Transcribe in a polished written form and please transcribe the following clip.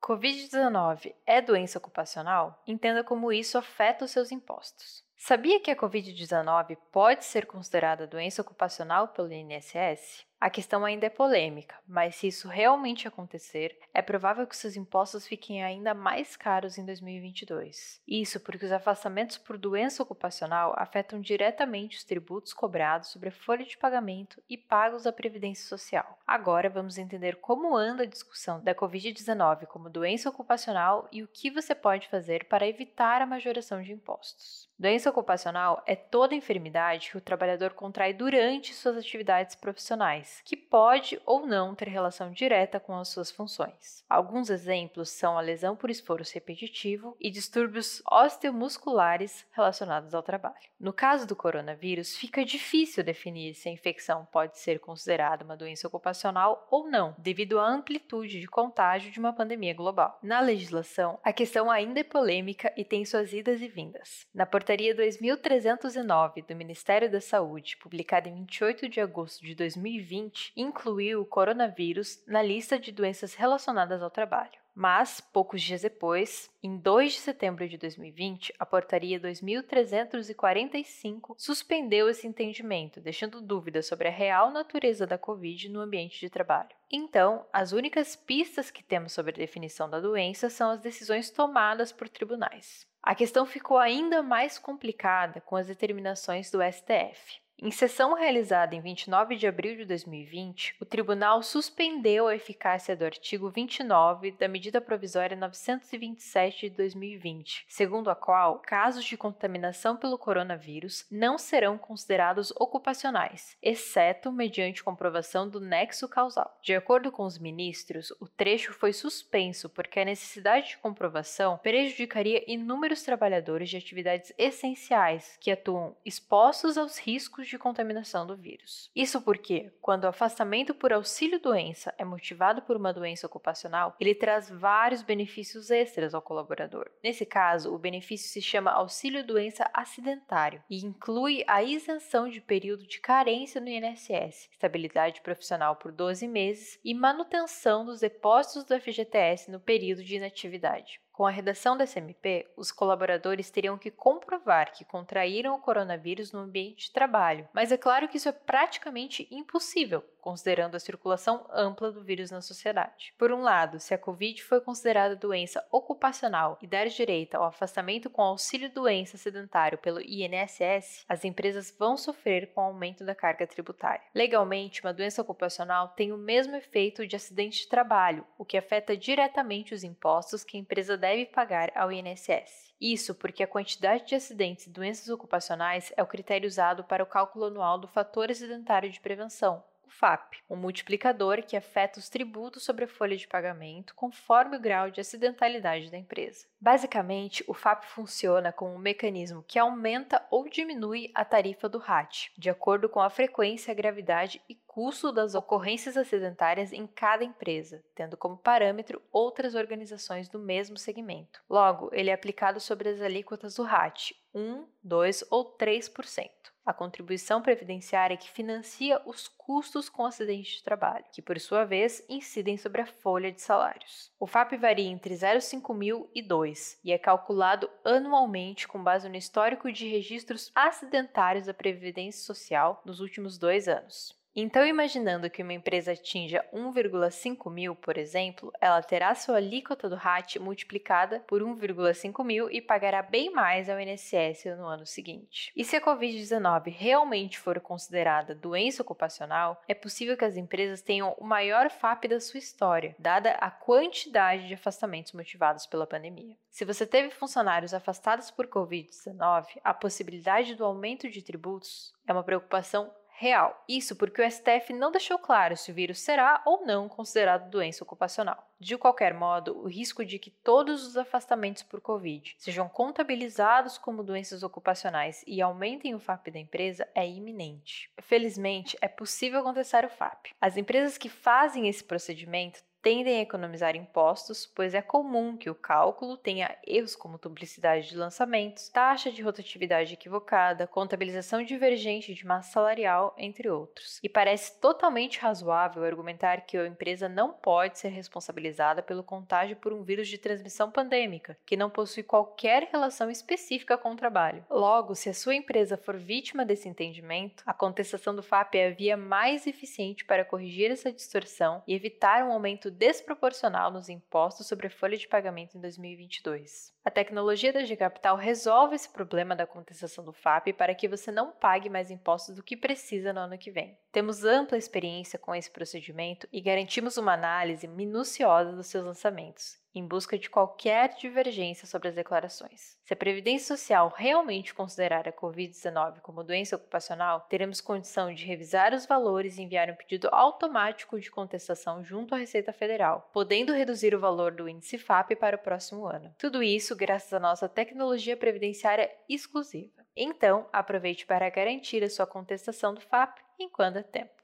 Covid-19 é doença ocupacional? Entenda como isso afeta os seus impostos. Sabia que a Covid-19 pode ser considerada doença ocupacional pelo INSS? A questão ainda é polêmica, mas se isso realmente acontecer, é provável que seus impostos fiquem ainda mais caros em 2022. Isso porque os afastamentos por doença ocupacional afetam diretamente os tributos cobrados sobre a folha de pagamento e pagos à Previdência Social. Agora vamos entender como anda a discussão da Covid-19 como doença ocupacional e o que você pode fazer para evitar a majoração de impostos. Doença ocupacional é toda enfermidade que o trabalhador contrai durante suas atividades profissionais, que pode ou não ter relação direta com as suas funções. Alguns exemplos são a lesão por esforço repetitivo e distúrbios osteomusculares relacionados ao trabalho. No caso do coronavírus, fica difícil definir se a infecção pode ser considerada uma doença ocupacional ou não, devido à amplitude de contágio de uma pandemia global. Na legislação, a questão ainda é polêmica e tem suas idas e vindas. Na Portaria 2309 do Ministério da Saúde, publicada em 28 de agosto de 2020, incluiu o coronavírus na lista de doenças relacionadas ao trabalho. Mas, poucos dias depois, em 2 de setembro de 2020, a Portaria 2345 suspendeu esse entendimento, deixando dúvidas sobre a real natureza da Covid no ambiente de trabalho. Então, as únicas pistas que temos sobre a definição da doença são as decisões tomadas por tribunais. A questão ficou ainda mais complicada com as determinações do STF. Em sessão realizada em 29 de abril de 2020, o tribunal suspendeu a eficácia do artigo 29 da Medida Provisória 927 de 2020, segundo a qual casos de contaminação pelo coronavírus não serão considerados ocupacionais, exceto mediante comprovação do nexo causal. De acordo com os ministros, o trecho foi suspenso porque a necessidade de comprovação prejudicaria inúmeros trabalhadores de atividades essenciais que atuam expostos aos riscos de contaminação do vírus. Isso porque, quando o afastamento por auxílio-doença é motivado por uma doença ocupacional, ele traz vários benefícios extras ao colaborador. Nesse caso, o benefício se chama auxílio-doença acidentário e inclui a isenção de período de carência no INSS, estabilidade profissional por 12 meses e manutenção dos depósitos do FGTS no período de inatividade. Com a redação desse MP, os colaboradores teriam que comprovar que contraíram o coronavírus no ambiente de trabalho, mas é claro que isso é praticamente impossível, considerando a circulação ampla do vírus na sociedade. Por um lado, se a Covid foi considerada doença ocupacional e der direito ao afastamento com auxílio-doença sedentário pelo INSS, as empresas vão sofrer com o aumento da carga tributária. Legalmente, uma doença ocupacional tem o mesmo efeito de acidente de trabalho, o que afeta diretamente os impostos que a empresa deve pagar ao INSS. Isso porque a quantidade de acidentes e doenças ocupacionais é o critério usado para o cálculo anual do fator acidentário de prevenção, o FAP, um multiplicador que afeta os tributos sobre a folha de pagamento conforme o grau de acidentalidade da empresa. Basicamente, o FAP funciona como um mecanismo que aumenta ou diminui a tarifa do RAT, de acordo com a frequência, gravidade e custo das ocorrências acidentárias em cada empresa, tendo como parâmetro outras organizações do mesmo segmento. Logo, ele é aplicado sobre as alíquotas do RAT, 1, 2 ou 3%. A contribuição previdenciária que financia os custos com acidente de trabalho, que por sua vez incidem sobre a folha de salários. O FAP varia entre 0,5 mil e 2 e é calculado anualmente com base no histórico de registros acidentários da Previdência Social nos últimos 2 anos. Então, imaginando que uma empresa atinja 1,5 mil, por exemplo, ela terá sua alíquota do RAT multiplicada por 1,5 mil e pagará bem mais ao INSS no ano seguinte. E se a Covid-19 realmente for considerada doença ocupacional, é possível que as empresas tenham o maior FAP da sua história, dada a quantidade de afastamentos motivados pela pandemia. Se você teve funcionários afastados por Covid-19, a possibilidade do aumento de tributos é uma preocupação real. Isso porque o STF não deixou claro se o vírus será ou não considerado doença ocupacional. De qualquer modo, o risco de que todos os afastamentos por Covid sejam contabilizados como doenças ocupacionais e aumentem o FAP da empresa é iminente. Felizmente, é possível contestar o FAP. As empresas que fazem esse procedimento tendem a economizar impostos, pois é comum que o cálculo tenha erros como duplicidade de lançamentos, taxa de rotatividade equivocada, contabilização divergente de massa salarial, entre outros. E parece totalmente razoável argumentar que a empresa não pode ser responsabilizada pelo contágio por um vírus de transmissão pandêmica, que não possui qualquer relação específica com o trabalho. Logo, se a sua empresa for vítima desse entendimento, a contestação do FAP é a via mais eficiente para corrigir essa distorção e evitar um aumento desproporcional nos impostos sobre a folha de pagamento em 2022. A tecnologia da G-Capital resolve esse problema da contestação do FAP para que você não pague mais impostos do que precisa no ano que vem. Temos ampla experiência com esse procedimento e garantimos uma análise minuciosa dos seus lançamentos, em busca de qualquer divergência sobre as declarações. Se a Previdência Social realmente considerar a Covid-19 como doença ocupacional, teremos condição de revisar os valores e enviar um pedido automático de contestação junto à Receita Federal, podendo reduzir o valor do índice FAP para o próximo ano. Tudo isso graças à nossa tecnologia previdenciária exclusiva. Então, aproveite para garantir a sua contestação do FAP enquanto é tempo.